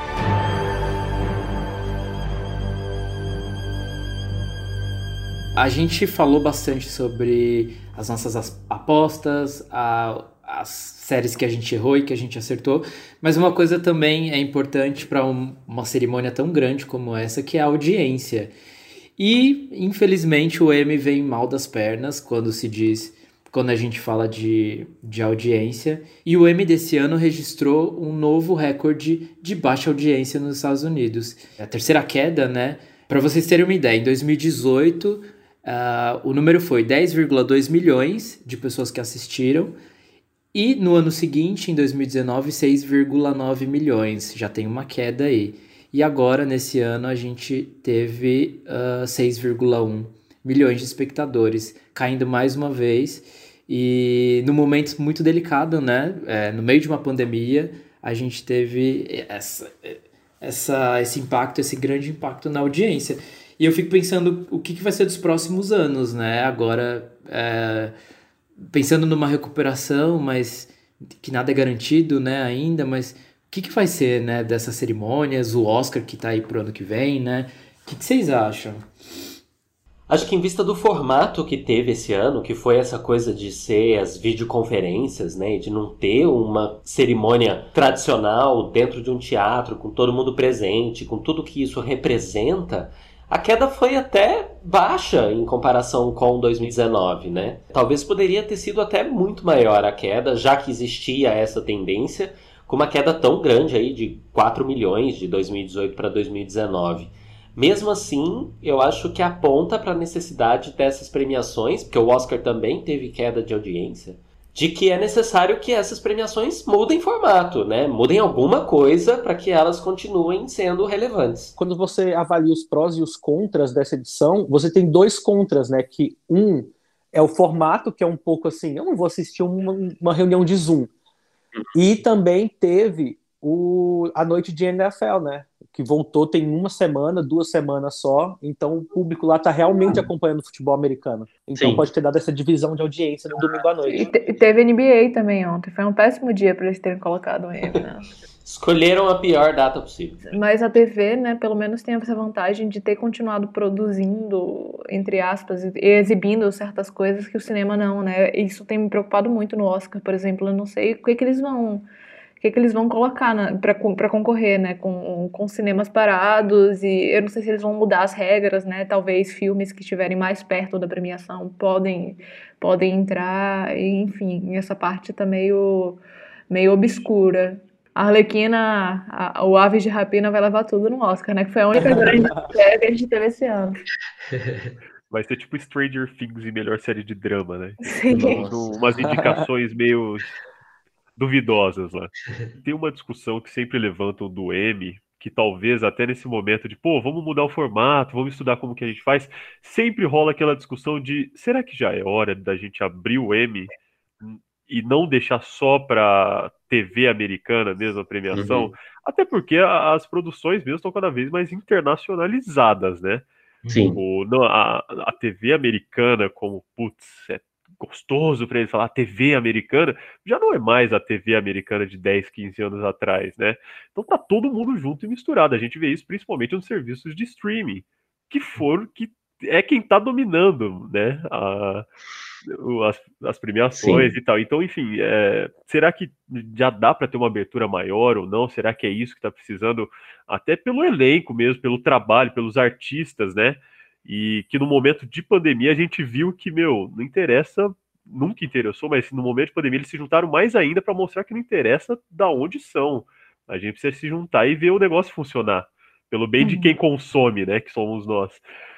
A gente falou bastante sobre as nossas as- apostas, a- as séries que a gente errou e que a gente acertou, mas uma coisa também é importante para uma cerimônia tão grande como essa, que é a audiência. E, infelizmente, o Emmy vem mal das pernas quando se diz, quando a gente fala de, de audiência. E o Emmy desse ano registrou um novo recorde de baixa audiência nos Estados Unidos. É a terceira queda, né? Para vocês terem uma ideia, em dois mil e dezoito, uh, o número foi dez vírgula dois milhões de pessoas que assistiram. E no ano seguinte, em dois mil e dezenove, seis vírgula nove milhões. Já tem uma queda aí. E agora, nesse ano, a gente teve uh, seis vírgula um milhões de espectadores, caindo mais uma vez. E num momento muito delicado, né? É, no meio de uma pandemia, a gente teve essa, essa, esse impacto, esse grande impacto na audiência. E eu fico pensando o que, que vai ser dos próximos anos, né? Agora, é, pensando numa recuperação, mas que nada é garantido, né, ainda, mas o que, que vai ser, né, dessas cerimônias, o Oscar que tá aí pro ano que vem, né? O que, que vocês acham? Acho que em vista do formato que teve esse ano, que foi essa coisa de ser as videoconferências, né, e de não ter uma cerimônia tradicional dentro de um teatro, com todo mundo presente, com tudo que isso representa, a queda foi até baixa em comparação com dois mil e dezenove, né? Talvez poderia ter sido até muito maior a queda, já que existia essa tendência, com uma queda tão grande aí de quatro milhões de dois mil e dezoito para dois mil e dezenove. Mesmo assim, eu acho que aponta para a necessidade dessas premiações, porque o Oscar também teve queda de audiência, de que é necessário que essas premiações mudem formato, né? Mudem alguma coisa para que elas continuem sendo relevantes. Quando você avalia os prós e os contras dessa edição, você tem dois contras, né? Que um é o formato, que é um pouco assim, eu não vou assistir uma, uma reunião de Zoom. E também teve o, a noite de N F L, né? Que voltou tem uma semana, duas semanas só. Então o público lá está realmente acompanhando o futebol americano. Então Sim. pode ter dado essa divisão de audiência no domingo à noite. E te- teve N B A também ontem. Foi um péssimo dia para eles terem colocado o M, né? Escolheram a pior data possível. Mas a T V, né, pelo menos tem essa vantagem de ter continuado produzindo, entre aspas, e exibindo certas coisas que o cinema não, né? Isso tem me preocupado muito no Oscar, por exemplo. Eu não sei o que que eles vão, o que que eles vão colocar para concorrer, né, com, com cinemas parados, e eu não sei se eles vão mudar as regras, né? Talvez filmes que estiverem mais perto da premiação podem, podem entrar, e, enfim, essa parte tá meio, meio obscura. A Arlequina, a, o Aves de Rapina vai levar tudo no Oscar, né? Que foi a única grande série que a gente teve esse ano. Vai ser tipo Stranger Things e melhor série de drama, né? Sim. Tendo umas indicações meio duvidosas lá. Tem uma discussão que sempre levantam do Emmy, que talvez até nesse momento de, pô, vamos mudar o formato, vamos estudar como que a gente faz, sempre rola aquela discussão de, será que já é hora da gente abrir o Emmy e não deixar só para T V americana mesmo a premiação? Uhum. Até porque a- as produções mesmo estão cada vez mais internacionalizadas, né? Sim. O, não, a, a T V americana, como, putz, é gostoso para ele falar T V americana, já não é mais a T V americana de dez, quinze anos atrás, né? Então tá todo mundo junto e misturado. A gente vê isso principalmente nos serviços de streaming, que foram, que é quem tá dominando, né? A, o- as, as premiações Sim. e tal. Então, enfim, é, será que já dá para ter uma abertura maior ou não? Será que é isso que está precisando, até pelo elenco mesmo, pelo trabalho, pelos artistas, né? E que no momento de pandemia a gente viu que, meu, não interessa, nunca interessou, mas no momento de pandemia eles se juntaram mais ainda para mostrar que não interessa da onde são. A gente precisa se juntar e ver o negócio funcionar, pelo bem de quem consome, né? Que somos nós.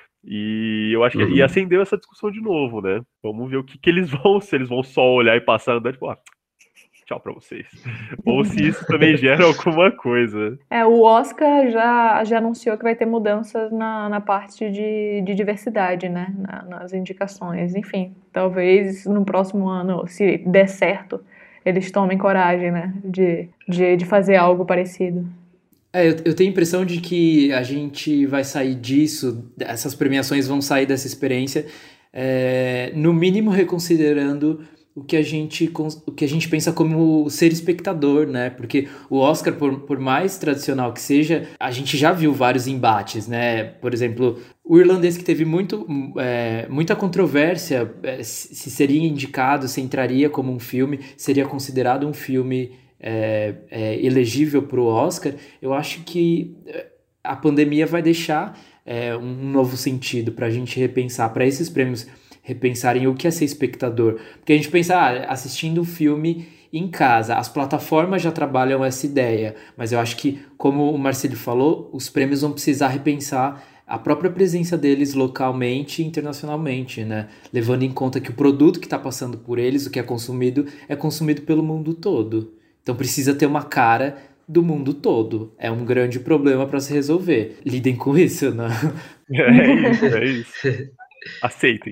E eu acho que e Uhum. acendeu essa discussão de novo, né? Vamos ver o que, que eles vão, se eles vão só olhar e passar andando, tipo, ah, tchau pra vocês. Ou se isso também gera alguma coisa. É, o Oscar já, já anunciou que vai ter mudanças na, na parte de, de diversidade, né? Na- nas indicações. Enfim, talvez no próximo ano, se der certo, eles tomem coragem, né? De, de, de fazer algo parecido. É, eu, eu tenho a impressão de que a gente vai sair disso, essas premiações vão sair dessa experiência, é, no mínimo reconsiderando o que a gente, cons- o que a gente pensa como ser espectador, né? Porque o Oscar, por, por mais tradicional que seja, a gente já viu vários embates, né? Por exemplo, o irlandês, que teve muito, é, muita controvérsia, é, se se seria indicado, se entraria como um filme, seria considerado um filme é, é, elegível para o Oscar. Eu acho que é, a pandemia vai deixar é, um novo sentido para a gente repensar, para esses prêmios repensarem o que é ser espectador. Porque a gente pensa, ah, assistindo o filme em casa, as plataformas já trabalham essa ideia, mas eu acho que, como o Marcelo falou, os prêmios vão precisar repensar a própria presença deles localmente e internacionalmente, né? Levando em conta que o produto que está passando por eles, o que é consumido, é consumido pelo mundo todo. Então precisa ter uma cara do mundo todo. É um grande problema para se resolver. Lidem com isso, né? É isso, é isso. Aceitem.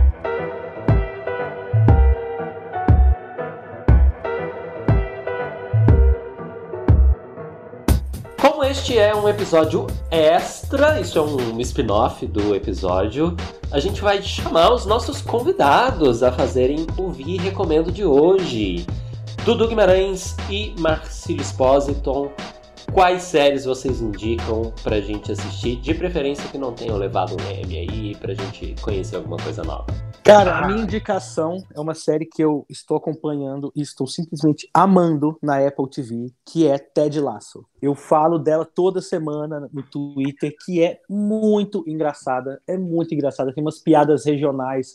Como este é um episódio extra, isso é um spin-off do episódio, a gente vai chamar os nossos convidados a fazerem o Vi Recomendo de hoje. Dudu Guimarães e Marcílio Espósito, quais séries vocês indicam pra gente assistir? De preferência que não tenham levado um M aí, pra gente conhecer alguma coisa nova. Cara, a minha indicação é uma série que eu estou acompanhando e estou simplesmente amando na Apple T V, que é Ted Lasso. Eu falo dela toda semana no Twitter, que é muito engraçada, é muito engraçada, tem umas piadas regionais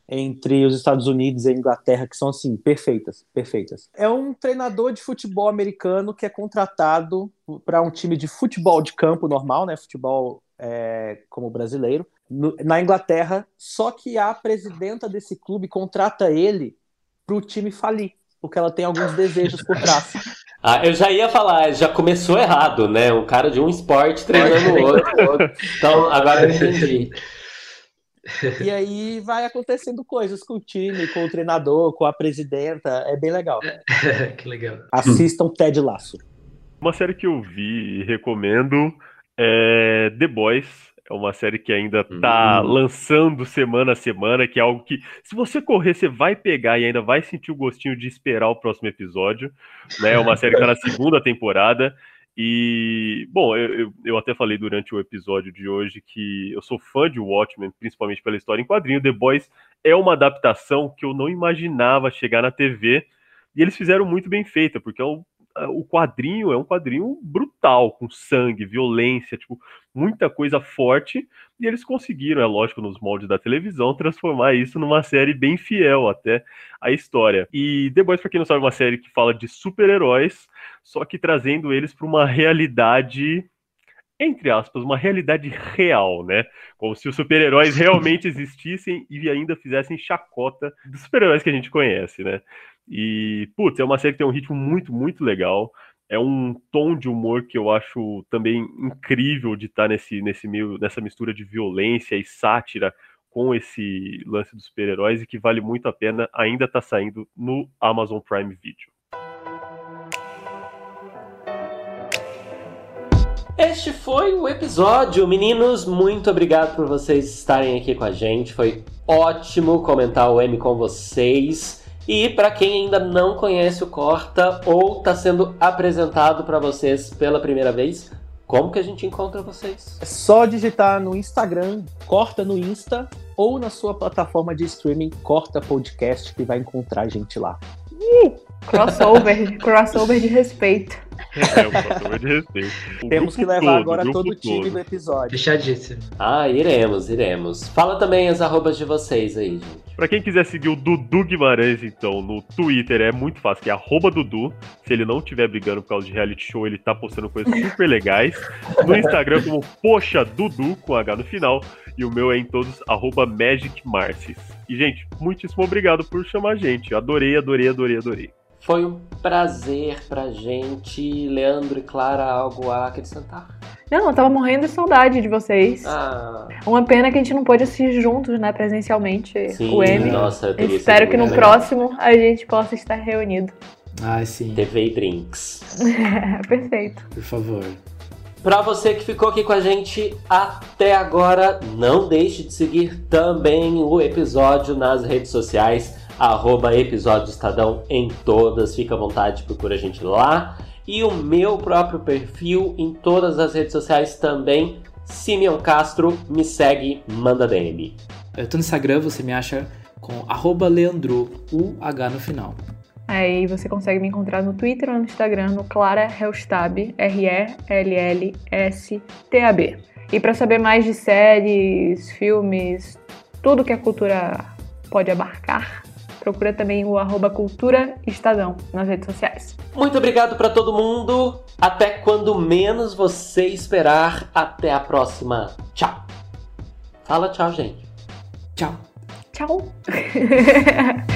entre os Estados Unidos e a Inglaterra, que são, assim, perfeitas, perfeitas. É um treinador de futebol americano que é contratado para um time de futebol de campo normal, né, futebol é, como brasileiro, no, na Inglaterra, só que a presidenta desse clube contrata ele para o time falir, porque ela tem alguns desejos por trás. Ah, eu já ia falar, já começou errado, né? Um cara de um esporte treinando o outro, outro. Então, agora eu entendi. E aí vai acontecendo coisas com o time, com o treinador, com a presidenta. É bem legal. Que legal. Assistam Ted Lasso. Uma série que eu vi e recomendo é The Boys. É uma série que ainda tá Uhum. lançando semana a semana, que é algo que, se você correr, você vai pegar e ainda vai sentir o gostinho de esperar o próximo episódio. Né? É uma série que tá na segunda temporada. E, bom, eu, eu, eu até falei durante o episódio de hoje que eu sou fã de Watchmen, principalmente pela história em quadrinho. The Boys é uma adaptação que eu não imaginava chegar na T V, e eles fizeram muito bem feita, porque é um, o quadrinho é um quadrinho brutal, com sangue, violência, tipo, muita coisa forte, e eles conseguiram, é lógico, nos moldes da televisão, transformar isso numa série bem fiel até à história. E The Boys, pra quem não sabe, é uma série que fala de super-heróis, só que trazendo eles para uma realidade, entre aspas, uma realidade real, né? Como se os super-heróis realmente existissem e ainda fizessem chacota dos super-heróis que a gente conhece, né? E, putz, é uma série que tem um ritmo muito, muito legal. É um tom de humor que eu acho também incrível de estar nesse, nesse meio, nessa mistura de violência e sátira com esse lance dos super-heróis, e que vale muito a pena, ainda tá saindo no Amazon Prime Video. Este foi o episódio, meninos. Muito obrigado por vocês estarem aqui com a gente. Foi ótimo comentar o M com vocês. E para quem ainda não conhece o Corta ou está sendo apresentado para vocês pela primeira vez, como que a gente encontra vocês? É só digitar no Instagram, Corta no Insta, ou na sua plataforma de streaming, Corta Podcast, que vai encontrar a gente lá. Ih, crossover, crossover de respeito. É, um crossover de respeito. O Temos que grupo levar todo, agora o todo o grupo time todo. do episódio. Fechadíssimo. Ah, iremos, iremos. Fala também as arrobas de vocês aí, gente. Pra quem quiser seguir o Dudu Guimarães, então, no Twitter é muito fácil, que é arroba Dudu. Se ele não estiver brigando por causa de reality show, ele tá postando coisas super legais. No Instagram, como Poxa Dudu, com H no final. E o meu é em todos, arroba Magic Marcis. E, gente, muitíssimo obrigado por chamar a gente. Adorei, adorei, adorei, adorei. Foi um prazer pra gente. Leandro e Clara, algo a acrescentar? Não, eu tava morrendo de saudade de vocês. Ah, Uma pena que a gente não pôde assistir juntos, né, presencialmente, sim, o M. nossa, eu teria Espero sido que no muito legal. próximo a gente possa estar reunido. Ai, sim, T V e drinks. Perfeito. por favor. Pra você que ficou aqui com a gente até agora, não deixe de seguir também o episódio nas redes sociais, arroba episódio Estadão em todas, fica à vontade, procura a gente lá. E o meu próprio perfil em todas as redes sociais também, Simeon Castro, me segue, manda D M. Eu tô no Instagram, você me acha com arroba Leandro, U H no final. Aí você consegue me encontrar no Twitter ou no Instagram, no Clara Hellstab, R E L L S T A B. E para saber mais de séries, filmes, tudo que a cultura pode abarcar, procura também o arroba Cultura Estadão nas redes sociais. Muito obrigado pra todo mundo, até quando menos você esperar, até a próxima, tchau. Fala tchau, gente. Tchau. Tchau!